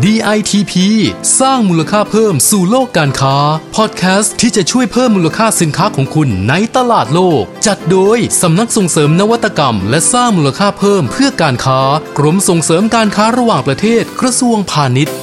DITP สร้างมูลค่าเพิ่มสู่โลกการค้าพอดแคสต์ที่จะช่วยเพิ่มมูลค่าสินค้าของคุณในตลาดโลกจัดโดยสำนักส่งเสริมนวัตกรรมและสร้างมูลค่าเพิ่มเพื่อการค้ากรมส่งเสริมการค้าระหว่างประเทศกระทรวงพาณิชย์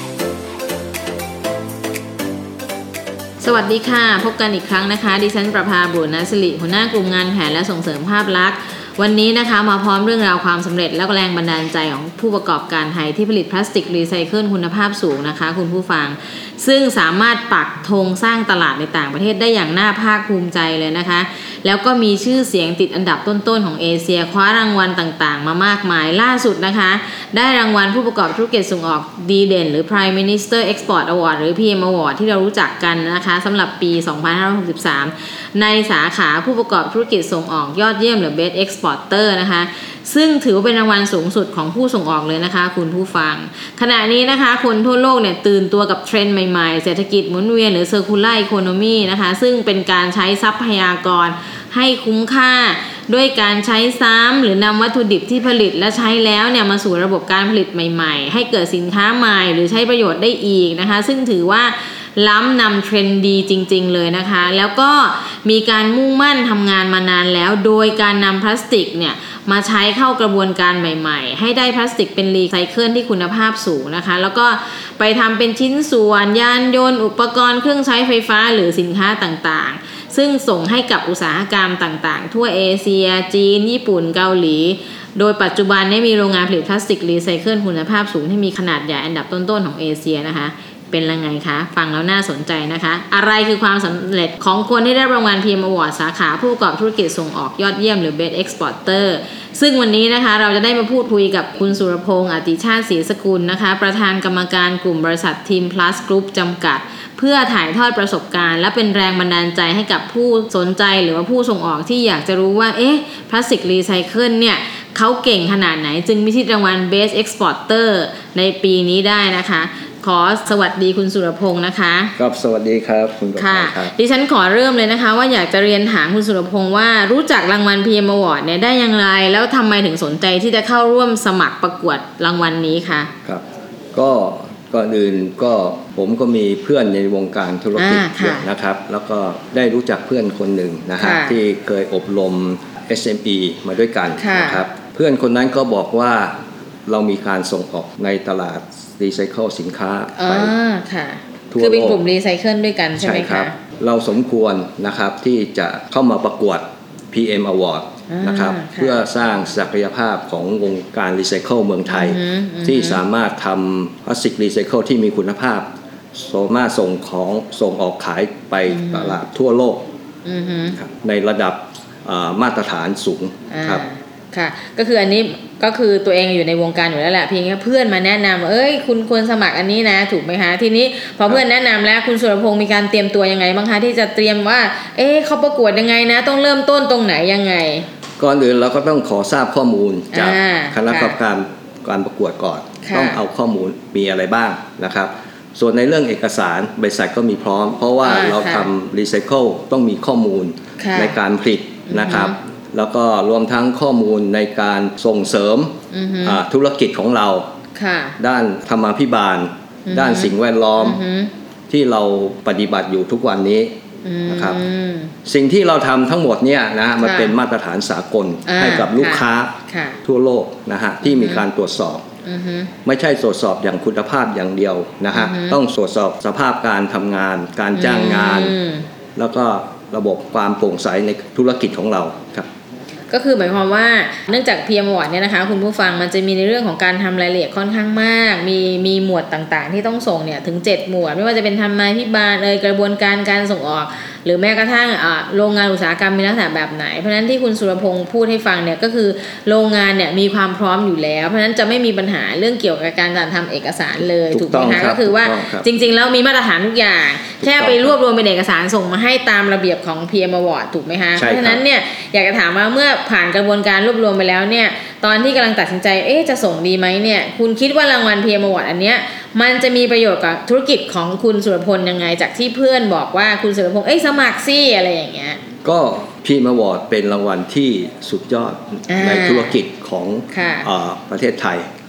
สวัสดีค่ะพบกันอีกครั้งนะคะดิฉันประภาบุญณสิริหัวหน้ากลุ่มงานแผนและส่งเสริมภาพลักษณ์วันนี้นะคะมาพร้อมเรื่องราวความสำเร็จและแรงบันดาลใจของผู้ประกอบการไทยที่ผลิตพลาสติกรีไซเคิลคุณภาพสูงนะคะคุณผู้ฟังซึ่งสามารถปักธงสร้างตลาดในต่างประเทศได้อย่างน่าภาคภูมิใจเลยนะคะแล้วก็มีชื่อเสียงติดอันดับต้นๆของเอเชียคว้ารางวัลต่างๆมามากมายล่าสุดนะคะได้รางวัลผู้ประกอบธุรกิจส่งออกดีเด่นหรือ Prime Minister Export Award หรือ PM Award ที่เรารู้จักกันนะคะสำหรับปี 2563 ในสาขาผู้ประกอบธุรกิจส่งออกยอดเยี่ยมหรือ Best Exporter นะคะซึ่งถือว่าเป็นรางวัลสูงสุดของผู้ส่งออกเลยนะคะคุณผู้ฟังขณะนี้นะคะคนทั่วโลกเนี่ยตื่นตัวกับเทรนด์ใหม่ๆเศรษฐกิจหมุนเวียนหรือ Circular Economy นะคะซึ่งเป็นการใช้ทรัพยากรให้คุ้มค่าด้วยการใช้ซ้ำหรือนำวัตถุดิบที่ผลิตและใช้แล้วเนี่ยมาสู่ระบบการผลิตใหม่ๆให้เกิดสินค้าใหม่หรือใช้ประโยชน์ได้อีกนะคะซึ่งถือว่าล้ำนำเทรนด์ดีจริงๆเลยนะคะแล้วก็มีการมุ่งมั่นทำงานมานานแล้วโดยการนำพลาสติกเนี่ยมาใช้เข้ากระบวนการใหม่ๆให้ได้พลาสติกเป็นรีไซเคิลที่คุณภาพสูงนะคะแล้วก็ไปทำเป็นชิ้นส่วนยานยนต์อุปกรณ์เครื่องใช้ไฟฟ้าหรือสินค้าต่างๆซึ่งส่งให้กับอุตสาหกรรมต่างๆทั่วเอเชียจีนญี่ปุ่นเกาหลีโดยปัจจุบันนี้มีโรงงานผลิตพลาสติกรีไซเคิลคุณภาพสูงที่มีขนาดใหญ่อันดับต้นๆของเอเชียนะคะเป็นยังไงคะฟังแล้วน่าสนใจนะคะอะไรคือความสำเร็จของคนที่ได้รางวัล PM Award สาขาผู้ประกอบธุรกิจส่งออกยอดเยี่ยมหรือ Best Exporter ซึ่งวันนี้นะคะเราจะได้มาพูดคุยกับคุณสุรพงษ์อติชาติศรีสกุลนะคะประธานกรรมการกลุ่มบริษัททีม Plus Group จำกัดเพื่อถ่ายทอดประสบการณ์และเป็นแรงบันดาลใจให้กับผู้สนใจหรือว่าผู้ส่งออกที่อยากจะรู้ว่าพลาสติกรีไซเคิลเนี่ยเขาเก่งขนาดไหนจึงมีที่รางวัล Best Exporter ในปีนี้ได้นะคะขอสวัสดีคุณสุรพงษ์นะคะครับสวัสดีครับคุณประภาครับดิฉันขอเริ่มเลยนะคะว่าอยากจะเรียนถามคุณสุรพงษ์ว่ารู้จักรางวัล PM Award เนี่ยได้อย่างไรแล้วทำไมถึงสนใจที่จะเข้าร่วมสมัครประกวดรางวัลนี้คะครับก็ก่อนอื่นก็ผมก็มีเพื่อนในวงการธุรกิจเยอะนะครับแล้วก็ได้รู้จักเพื่อนคนหนึ่งนะฮะที่เคยอบรม SME มาด้วยกันนะครับเพื่อนคนนั้นก็บอกว่าเรามีการส่งออกในตลาดรีไซเคิลสินค้าไปทั่วโลกคือเป็นกลุ่มรีไซเคิลด้วยกันใช่ไหมคะเราสมควรนะครับที่จะเข้ามาประกวด PM Award นะครับเพื่อสร้างศักยภาพของวงการรีไซเคิลเมืองไทยที่สามารถทำพลาสติกรีไซเคิลที่มีคุณภาพสามารถส่งออกขายไปตลาดทั่วโลกในระดับมาตรฐานสูงครับค่ะก็คืออันนี้ก็คือตัวเองอยู่ในวงการอยู่แล้วแหละเพียงแค่เพื่อนมาแนะนำคุณควรสมัครอันนี้นะถูกไหมคะทีนี้พอเพื่อนแนะนำแล้วคุณสุรพงษ์มีการเตรียมตัวยังไงบ้างคะที่จะเตรียมว่าเขาประกวดยังไงนะต้องเริ่มต้นตรงไหนยังไงก่อนอื่นเราก็ต้องขอทราบข้อมูลจากคณะกรรมการประกวดก่อนต้องเอาข้อมูลมีอะไรบ้างนะครับส่วนในเรื่องเอกสารบริษัทก็มีพร้อมเพราะว่าเราทำรีไซเคิลต้องมีข้อมูลในการผลิตนะครับแล้วก็รวมทั้งข้อมูลในการส่งเสริมธุรกิจของเราด้านธรรมาภิบาลด้านสิ่งแวดล้อมที่เราปฏิบัติอยู่ทุกวันนี้นะครับสิ่งที่เราทำทั้งหมดเนี่ยนะมันเป็นมาตรฐานสากลให้กับลูกค้าทั่วโลกนะฮะที่มีการตรวจสอบไม่ใช่ตรวจสอบอย่างคุณภาพอย่างเดียวนะฮะต้องตรวจสอบสภาพการทำงานการจ้างงานแล้วก็ระบบความโปร่งใสในธุรกิจของเราครับก็คือหมายความว่าเนื่องจาก PM Award เนี่ยนะคะคุณผู้ฟังมันจะมีในเรื่องของการทำรายละเอียดค่อนข้างมากมีหมวดต่างๆที่ต้องส่งเนี่ยถึง7หมวดไม่ว่าจะเป็นธรรมาภิบาลกระบวนการการส่งออกหรือแม้กระทั่งโรงงานอุตสาหกรรมมีลักษณะแบบไหนเพราะฉะนั้นที่คุณสุรพงษ์พูดให้ฟังเนี่ยก็คือโรงงานเนี่ยมีความพร้อมอยู่แล้วเพราะฉะนั้นจะไม่มีปัญหาเรื่องเกี่ยวกับการจัดทำเอกสารเลยถูกไหมคะก็คือว่าจริงๆแล้วมีมาตรฐานทุกอย่างแค่ไปรวบรวมเป็นเอกสารส่งมาให้ตามระเบียบของ PM Award ถูกไหมคะเพราะฉะนั้นเนี่ยอยากจะถามว่าเมื่อผ่านกระบวนการรวบรวมไปแล้วเนี่ยตอนที่กำลังตัดสินใจจะส่งดีไหมเนี่ยคุณคิดว่ารางวัล PM Award อันเนี้ยมันจะมีประโยชน์กับธุรกิจของคุณสุรพลยังไงจากที่เพื่อนบอกว่าคุณสุรพงษ์สมัครสิอะไรอย่างเงี้ยก็ PM Award เป็นรางวัลที่สุดยอดในธุรกิจของประเทศไทย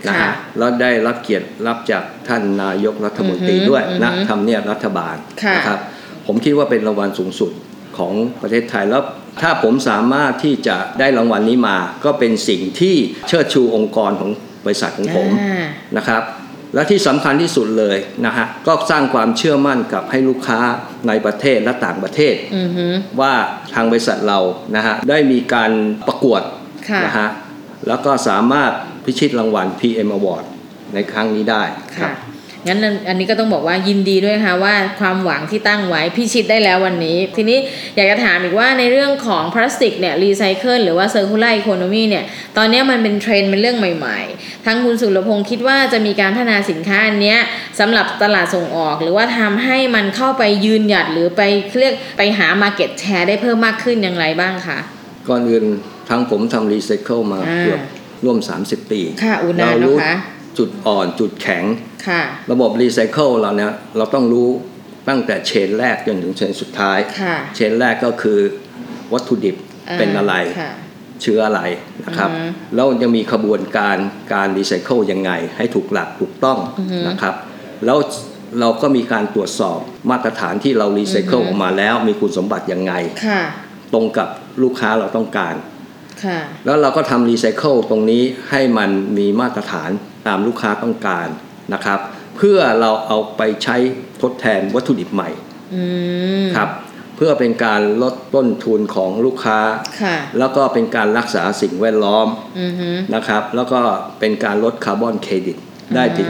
นะฮะแล้วได้รับเกียรติรับจากท่านนายกรัฐมนตรีด้วยณทำเนียบรัฐบาลนะครับผมคิดว่าเป็นรางวัลสูงสุดของประเทศไทยแล้วถ้าผมสามารถที่จะได้รางวัลนี้มาก็เป็นสิ่งที่เชิดชูองค์กรของบริษัทของผมนะครับและที่สำคัญที่สุดเลยนะฮะก็สร้างความเชื่อมั่นกับให้ลูกค้าในประเทศและต่างประเทศว่าทางบริษัทเรานะฮะได้มีการประกวดนะฮะแล้วก็สามารถพิชิตรางวัล PM Award ในครั้งนี้ได้ครับงั้นอันนี้ก็ต้องบอกว่ายินดีด้วยค่ะว่าความหวังที่ตั้งไว้พิชิตได้แล้ววันนี้ทีนี้อยากจะถามอีกว่าในเรื่องของพลาสติกเนี่ยรีไซเคิลหรือว่า Circular Economy เนี่ยตอนนี้มันเป็นเทรนด์เป็นเรื่องใหม่ๆทั้งคุณสุรพงศ์คิดว่าจะมีการพัฒนาสินค้าอันเนี้ยสำหรับตลาดส่งออกหรือว่าทำให้มันเข้าไปยืนหยัดหรือไปเรียกไปหา Market Share ได้เพิ่มมากขึ้นอย่างไรบ้างคะก่อนอื่นทั้งผมทำรีไซเคิลมาเกือบร่วม30 ปีเรารู้จุดอ่อนจุดแข็งระบบรีไซเคิลเราเนี่ยเราต้องรู้ตั้งแต่เชนแรกจนถึงเชนสุดท้ายเชนแรกก็คือวัตถุดิบเป็นอะไรเชื้ออะไรนะครับแล้วจะมีขบวนการรีไซเคิลยังไงให้ถูกหลักถูกต้องนะครับแล้วเราก็มีการตรวจสอบมาตรฐานที่เรารีไซเคิลออกมาแล้วมีคุณสมบัติยังไงตรงกับลูกค้าเราต้องการแล้วเราก็ทำรีไซเคิลตรงนี้ให้มันมีมาตรฐานตามลูกค้าต้องการนะครับเพื่อเราเอาไปใช้ทดแทนวัตถุดิบใหม่ครับเพื่อเป็นการลดต้นทุนของลูกค้าแล้วก็เป็นการรักษาสิ่งแวดล้อมนะครับแล้วก็เป็นการลดคาร์บอนเครดิตได้ถึง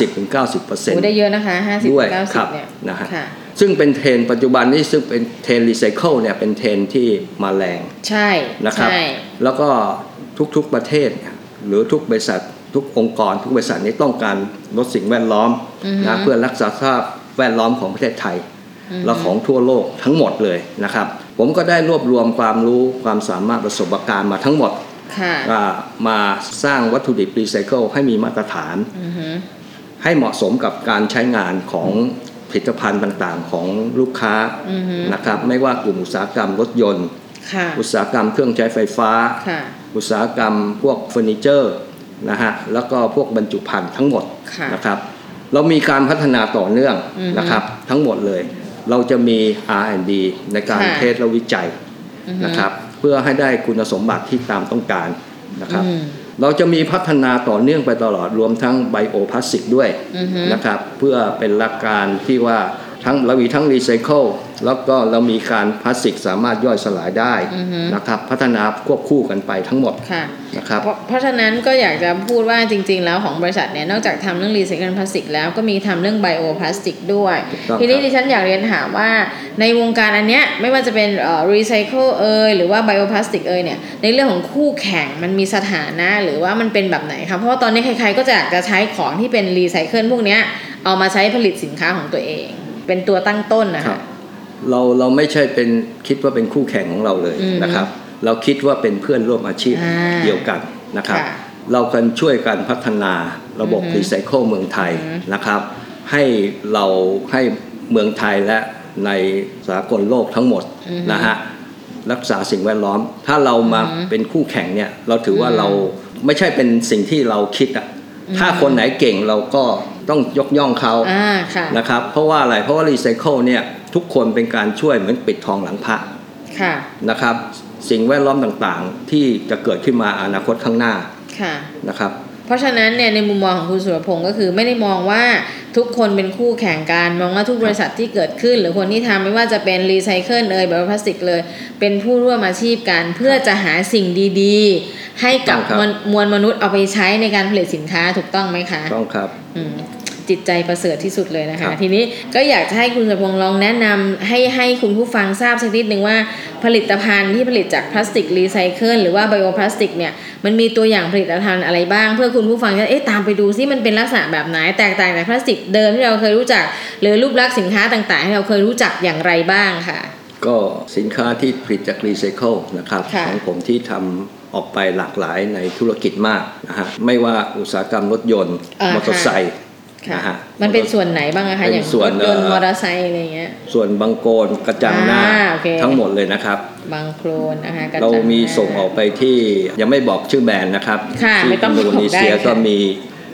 50-90% ได้เยอะนะคะ50-90% เนี่ยนะฮะซึ่งเป็นเทรนด์ปัจจุบันนี้ซึ่งเป็นเทรนด์รีไซเคิลเนี่ยเป็นเทรนด์ที่มาแรงใช่นะครับแล้วก็ทุกๆประเทศหรือทุกบริษัททุกองค์กรทุกบริษัทนี้ต้องการลดสิ่งแวดล้อมนะเพื่อรักษาสภาพแวดล้อมของประเทศไทยและของทั่วโลกทั้งหมดเลยนะครับผมก็ได้รวบรวมความรู้ความสามารถประสบการณ์มาทั้งหมดมาสร้างวัตถุดิบรีไซเคิลให้มีมาตรฐานให้เหมาะสมกับการใช้งานของผลิตภัณฑ์ต่างๆของลูกค้านะครับไม่ว่ากลุ่มอุตสาหกรรมรถยนต์อุตสาหกรรมเครื่องใช้ไฟฟ้าอุตสาหกรรมพวกเฟอร์นิเจอร์นะฮะแล้วก็พวกบรรจุภัณฑ์ทั้งหมดนะครับเรามีการพัฒนาต่อเนื่องนะครับทั้งหมดเลยเราจะมี R&D ในการเทสและวิจัยนะครับเพื่อให้ได้คุณสมบัติที่ตามต้องการนะครับเราจะมีพัฒนาต่อเนื่องไปตลอดรวมทั้งไบโอพลาสติกด้วยนะครับเพื่อเป็นหลักการที่ว่าเรามีทั้งรีไซเคิลแล้วก็เรามีการพลาสติกสามารถย่อยสลายได้นะครับพัฒนาควบคู่กันไปทั้งหมดนะครับเพราะฉะนั้นก็อยากจะพูดว่าจริงๆแล้วของบริษัทเนี่ยนอกจากทำเรื่องรีไซเคิลพลาสติกแล้วก็มีทำเรื่องไบโอพลาสติกด้วยทีนี้ดิฉันอยากเรียนถามว่าในวงการอันเนี้ยไม่ว่าจะเป็นรีไซเคิลหรือว่าไบโอพลาสติกเนี่ยในเรื่องของคู่แข่งมันมีสถานะหรือว่ามันเป็นแบบไหนคะเพราะว่าตอนนี้ใครๆก็จะอยากจะใช้ของที่เป็นรีไซเคิลพวกเนี้ยเอามาใช้ผลิตสินค้าของตัวเองเป็นตัวตั้งต้นนะคะเราไม่ใช่เป็นคิดว่าเป็นคู่แข่งของเราเลยนะครับเราคิดว่าเป็นเพื่อนร่วมอาชีพเดียวกันนะครับเรากันช่วยกันพัฒนาระบบรีไซเคิลเมืองไทยนะครับให้เมืองไทยและในสากลโลกทั้งหมดนะฮะรักษาสิ่งแวดล้อมถ้าเรามาเป็นคู่แข่งเนี่ยเราถือว่าเราไม่ใช่เป็นสิ่งที่เราคิดอ่ะถ้าคนไหนเก่งเราก็ต้องยกย่องเขานะครับเพราะว่าอะไรเพราะว่ารีไซเคิลเนี่ยทุกคนเป็นการช่วยเหมือนปิดทองหลังพระนะครับสิ่งแวดล้อมต่างๆที่จะเกิดขึ้นมาอนาคตข้างหน้านะครับเพราะฉะนั้นเนี่ยในมุมมองของคุณสุรพงศ์ก็คือไม่ได้มองว่าทุกคนเป็นคู่แข่งกันมองว่าทุกบริษัทที่เกิดขึ้นหรือคนที่ทำไม่ว่าจะเป็นรีไซเคิลไบโอพลาสติกเลยเป็นผู้ร่วมอาชีพกันเพื่อจะหาสิ่งดีๆให้กับมวลมนุษย์เอาไปใช้ในการผลิตสินค้าถูกต้องไหมคะต้องครับจิตใจประเสริฐที่สุดเลยนะคะทีนี้ก็อยากจะให้คุณสุรพงศ์ลองแนะนำให้คุณผู้ฟังทราบสักนิดนึงว่าผลิตภัณฑ์ที่ผลิตจากพลาสติกรีไซเคิลหรือว่าไบโอพลาสติกเนี่ยมันมีตัวอย่างผลิตภัณฑ์อะไรบ้างเพื่อคุณผู้ฟังจะตามไปดูซิมันเป็นลักษณะแบบไหนแตกต่างจากพลาสติกเดิมที่เราเคยรู้จักหรือรูปลักษณ์สินค้าต่างๆที่เราเคยรู้จักอย่างไรบ้างค่ะก็สินค้าที่ผลิตจากรีไซเคิลนะครับของผมที่ทำออกไปหลากหลายในธุรกิจมากนะฮะไม่ว่าอุตสาหกรรมรถยนต์มอเตอร์ไซค์มันเป็นส่วนไหนบ้างคะอย่างรถยนต์มอเตอร์ไซค์อะไรเงี้ยส่วนบังโกนกระจังหน้าทั้งหมดเลยนะครับบังโคลนนะคะเรามีส่งออกไปที่ยังไม่บอกชื่อแบรนด์นะครับที่อินโดนีเซียก็มี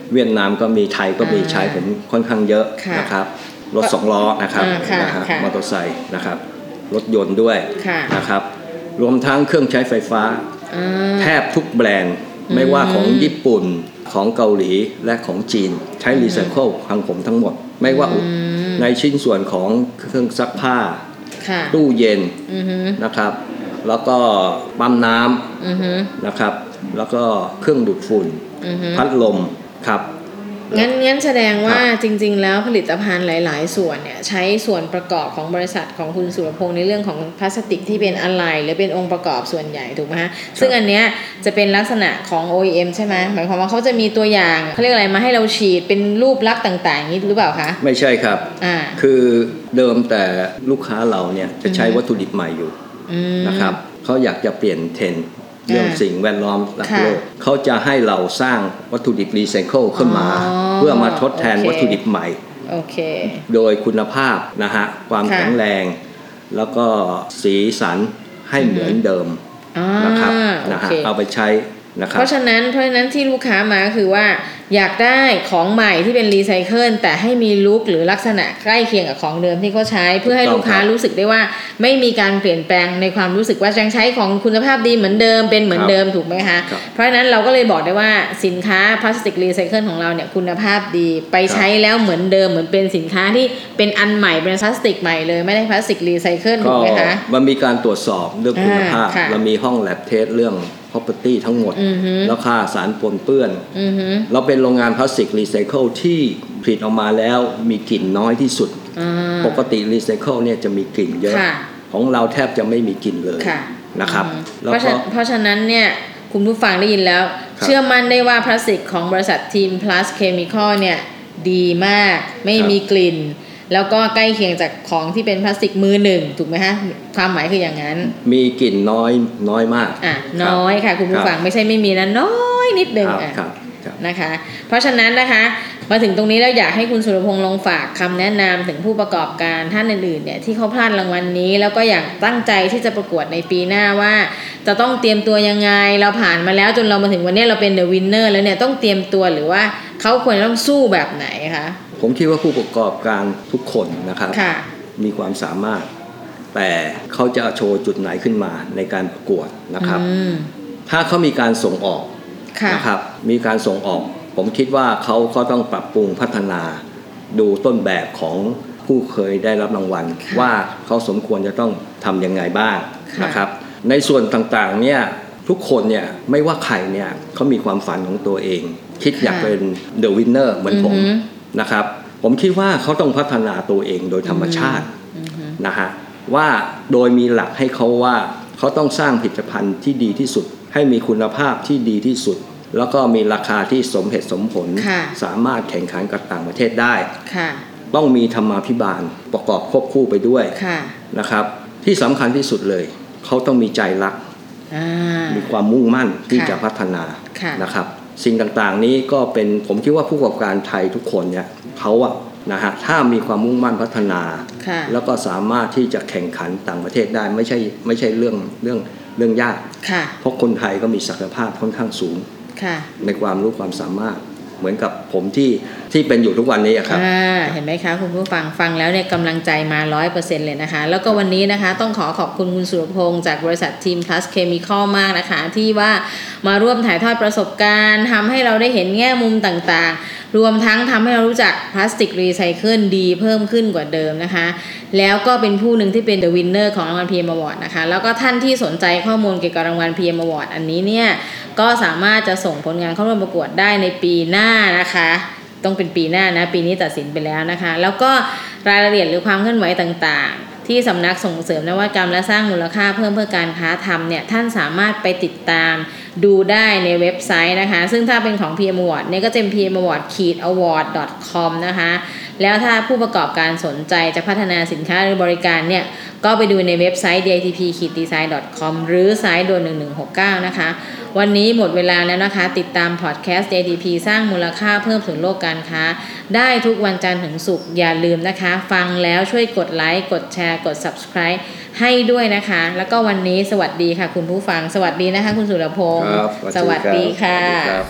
เวียดนามก็มีไทยก็มีใช้ผมค่อนข้างเยอะนะครับรถ2ล้อนะครับมอเตอร์ไซค์นะครับรถยนต์ด้วยนะครับรวมทั้งเครื่องใช้ไฟฟ้าแทบทุกแบรนด์ไม่ว่าของญี่ปุ่นของเกาหลีและของจีนใช้รีไซเคิลทางผมทั้งหมดไม่ว่าในชิ้นส่วนของเครื่องซักผ้าตู้เย็นนะครับแล้วก็ปั๊มน้ำนะครับแล้วก็เครื่องดูดฝุ่นพัดลมครับงั้นแสดงว่าจริงๆแล้วผลิตภัณฑ์หลายๆส่วนเนี่ยใช้ส่วนประกอบของบริษัทของคุณสุรพงษ์ในเรื่องของพลาสติกที่เป็นอะไหล่หรือเป็นองค์ประกอบส่วนใหญ่ถูกไหมฮะซึ่งอันเนี้ยจะเป็นลักษณะของ OEM ใช่ไหมหมายความว่าเขาจะมีตัวอย่างเขาเรียกอะไรมาให้เราฉีดเป็นรูปลักษณ์ต่างๆนี้หรือเปล่าคะไม่ใช่ครับคือเดิมแต่ลูกค้าเราเนี่ยจะใช้วัตถุดิบใหม่อยู่นะครับเขาอยากจะเปลี่ยนเทรนด์เรื่องสิ่งแวดล้อมรักโลกเขาจะให้เราสร้างวัตถุดิบรีไซเคิลขึ้นมาเพื่อมาทดแทนวัตถุดิบใหม่โดยคุณภาพนะฮะความแข็งแรงแล้วก็สีสันให้เหมือนเดิมนะครับนะฮะเอาไปใช้นะครับเพราะฉะนั้นที่ลูกค้ามาคือว่าอยากได้ของใหม่ที่เป็นรีไซเคิลแต่ให้มีลุคหรือลักษณะใกล้เคียงกับของเดิมที่เขาใช้เพื่อให้ลูกค้ารู้สึกได้ว่าไม่มีการเปลี่ยนแปลงในความรู้สึกว่ายังใช้ของคุณภาพดีเหมือนเดิมเป็นเหมือนเดิมถูกไหมคะเพราะฉะนั้นเราก็เลยบอกได้ว่าสินค้าพลาสติกรีไซเคิลของเราเนี่ยคุณภาพดีไปใช้แล้วเหมือนเดิมเหมือนเป็นสินค้าที่เป็นอันใหม่เป็นพลาสติกใหม่เลยไม่ได้พลาสติกรีไซเคิลถูกไหมคะมันมีการตรวจสอบเรื่องคุณภาพเรามีห้อง lab test เรื่องproperty ทั้งหมดแล้วค่าสารปนเปื้อนเราเป็นโรงงานพลาสติกรีไซเคิลที่ผลิตออกมาแล้วมีกลิ่นน้อยที่สุดปกติรีไซเคิลเนี่ยจะมีกลิ่นเยอะของเราแทบจะไม่มีกลิ่นเลยนะครับเพราะฉะนั้นเนี่ยคุณผู้ฟังได้ยินแล้วเชื่อมั่นได้ว่าพลาสติกของบริษัททีม Plus Chemical เนี่ยดีมากไม่มีกลิ่นแล้วก็ใกล้เคียงจากของที่เป็นพลาสติกมือหนึ่งถูกไหมฮะความหมายคืออย่างนั้นมีกลิ่นน้อยมากน้อยค่ะคุณผู้ฟังไม่ใช่ไม่มีนะน้อยนิดนึงนะคะเพราะฉะนั้นนะคะมาถึงตรงนี้แล้วอยากให้คุณสุรพงษ์ลองฝากคำแนะนำถึงผู้ประกอบการท่านอื่นๆเนี่ยที่เขาพลาดรางวัลนี้แล้วก็อยากตั้งใจที่จะประกวดในปีหน้าว่าจะต้องเตรียมตัวยังไงเราผ่านมาแล้วจนเรามาถึงวันนี้เราเป็นเดอะวินเนอร์แล้วเนี่ยต้องเตรียมตัวหรือว่าเขาควรต้องสู้แบบไหนคะผมคิดว่าผู้ประกอบการทุกคนนะครับมีความสามารถแต่เขาจะโชว์จุดไหนขึ้นมาในการประกวดนะครับถ้าเขามีการส่งออกนะครับมีการส่งออกผมคิดว่าเขาก็ต้องปรับปรุงพัฒนาดูต้นแบบของผู้เคยได้รับรางวัลว่าเขาสมควรจะต้องทำยังไงบ้างนะครับในส่วนต่างๆเนี่ยทุกคนเนี่ยไม่ว่าใครเนี่ยเขามีความฝันของตัวเองคิดอยากเป็นเดอะวินเนอร์เหมือนผมนะครับผมคิดว่าเขาต้องพัฒนาตัวเองโดยธรรมชาตินะฮะว่าโดยมีหลักให้เขาว่าเขาต้องสร้างผลิตภัณฑ์ที่ดีที่สุดให้มีคุณภาพที่ดีที่สุดแล้วก็มีราคาที่สมเหตุสมผลสามารถแข่งขันกับต่างประเทศได้ต้องมีธรรมาภิบาลประกอบควบคู่ไปด้วยนะครับที่สำคัญที่สุดเลยเขาต้องมีใจรักมีความมุ่งมั่นที่จะพัฒนานะครับสิ่งต่างๆนี้ก็เป็นผมคิดว่าผู้ประกอบการไทยทุกคนเนี่ยเขาอะนะฮะถ้ามีความมุ่งมั่นพัฒนาแล้วก็สามารถที่จะแข่งขันต่างประเทศได้ไม่ใช่เรื่องยากเพราะคนไทยก็มีศักยภาพค่อนข้างสูงในความรู้ความสามารถเหมือนกับผมที่เป็นอยู่ทุกวันนี้ครับเห็นไหมคะคุณผู้ฟังแล้วเนี่ยกำลังใจมา 100% เลยนะคะแล้วก็วันนี้นะคะต้องขอบคุณคุณสุรพงษ์จากบริษัททีม Plus Chemical มากนะคะที่ว่ามาร่วมถ่ายทอดประสบการณ์ทำให้เราได้เห็นแง่มุมต่างๆรวมทั้งทำให้เรารู้จักพลาสติกรีไซเคิลดีเพิ่มขึ้นกว่าเดิมนะคะแล้วก็เป็นผู้หนึ่งที่เป็น The Winner ของรางวัล PM Award นะคะแล้วก็ท่านที่สนใจข้อมูลเกี่ยวกับรางวัล PM Award อันนี้เนี่ยก็สามารถจะส่งผลงานเข้าร่วมประกวดได้ในปีหน้านะคะต้องเป็นปีหน้านะปีนี้ตัดสินไปแล้วนะคะแล้วก็รายละเอียดหรือความเคลื่อนไหวต่างๆที่สำนักส่งเสริมนวัตกรรมและสร้างมูลค่าเพิ่มเพื่อการค้าทำเนี่ยท่านสามารถไปติดตามดูได้ในเว็บไซต์นะคะซึ่งถ้าเป็นของ PM Award เนี่ยก็จะเป็น pmaward-award.com นะคะแล้วถ้าผู้ประกอบการสนใจจะพัฒนาสินค้าหรือบริการเนี่ยก็ไปดูในเว็บไซต์ datp-design.com หรือสายด่วน1169นะคะวันนี้หมดเวลาแล้วนะคะติดตามพอดแคสต์ DATP สร้างมูลค่าเพิ่มสู่โลกการค้าได้ทุกวันจันทร์ถึงศุกร์อย่าลืมนะคะฟังแล้วช่วยกดไลค์กดแชร์กด Subscribe ให้ด้วยนะคะแล้วก็วันนี้สวัสดีค่ะคุณผู้ฟังสวัสดีนะคะคุณสุรพงษ์สวัสดีค่ะ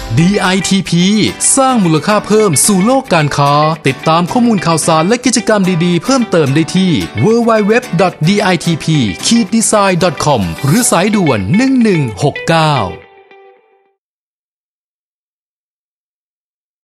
DITP สร้างมูลค่าเพิ่มสู่โลกการค้าติดตามข้อมูลข่าวสารและกิจกรรมดีๆเพิ่มเติมได้ที่ www.ditp-design.com หรือสายด่วน1169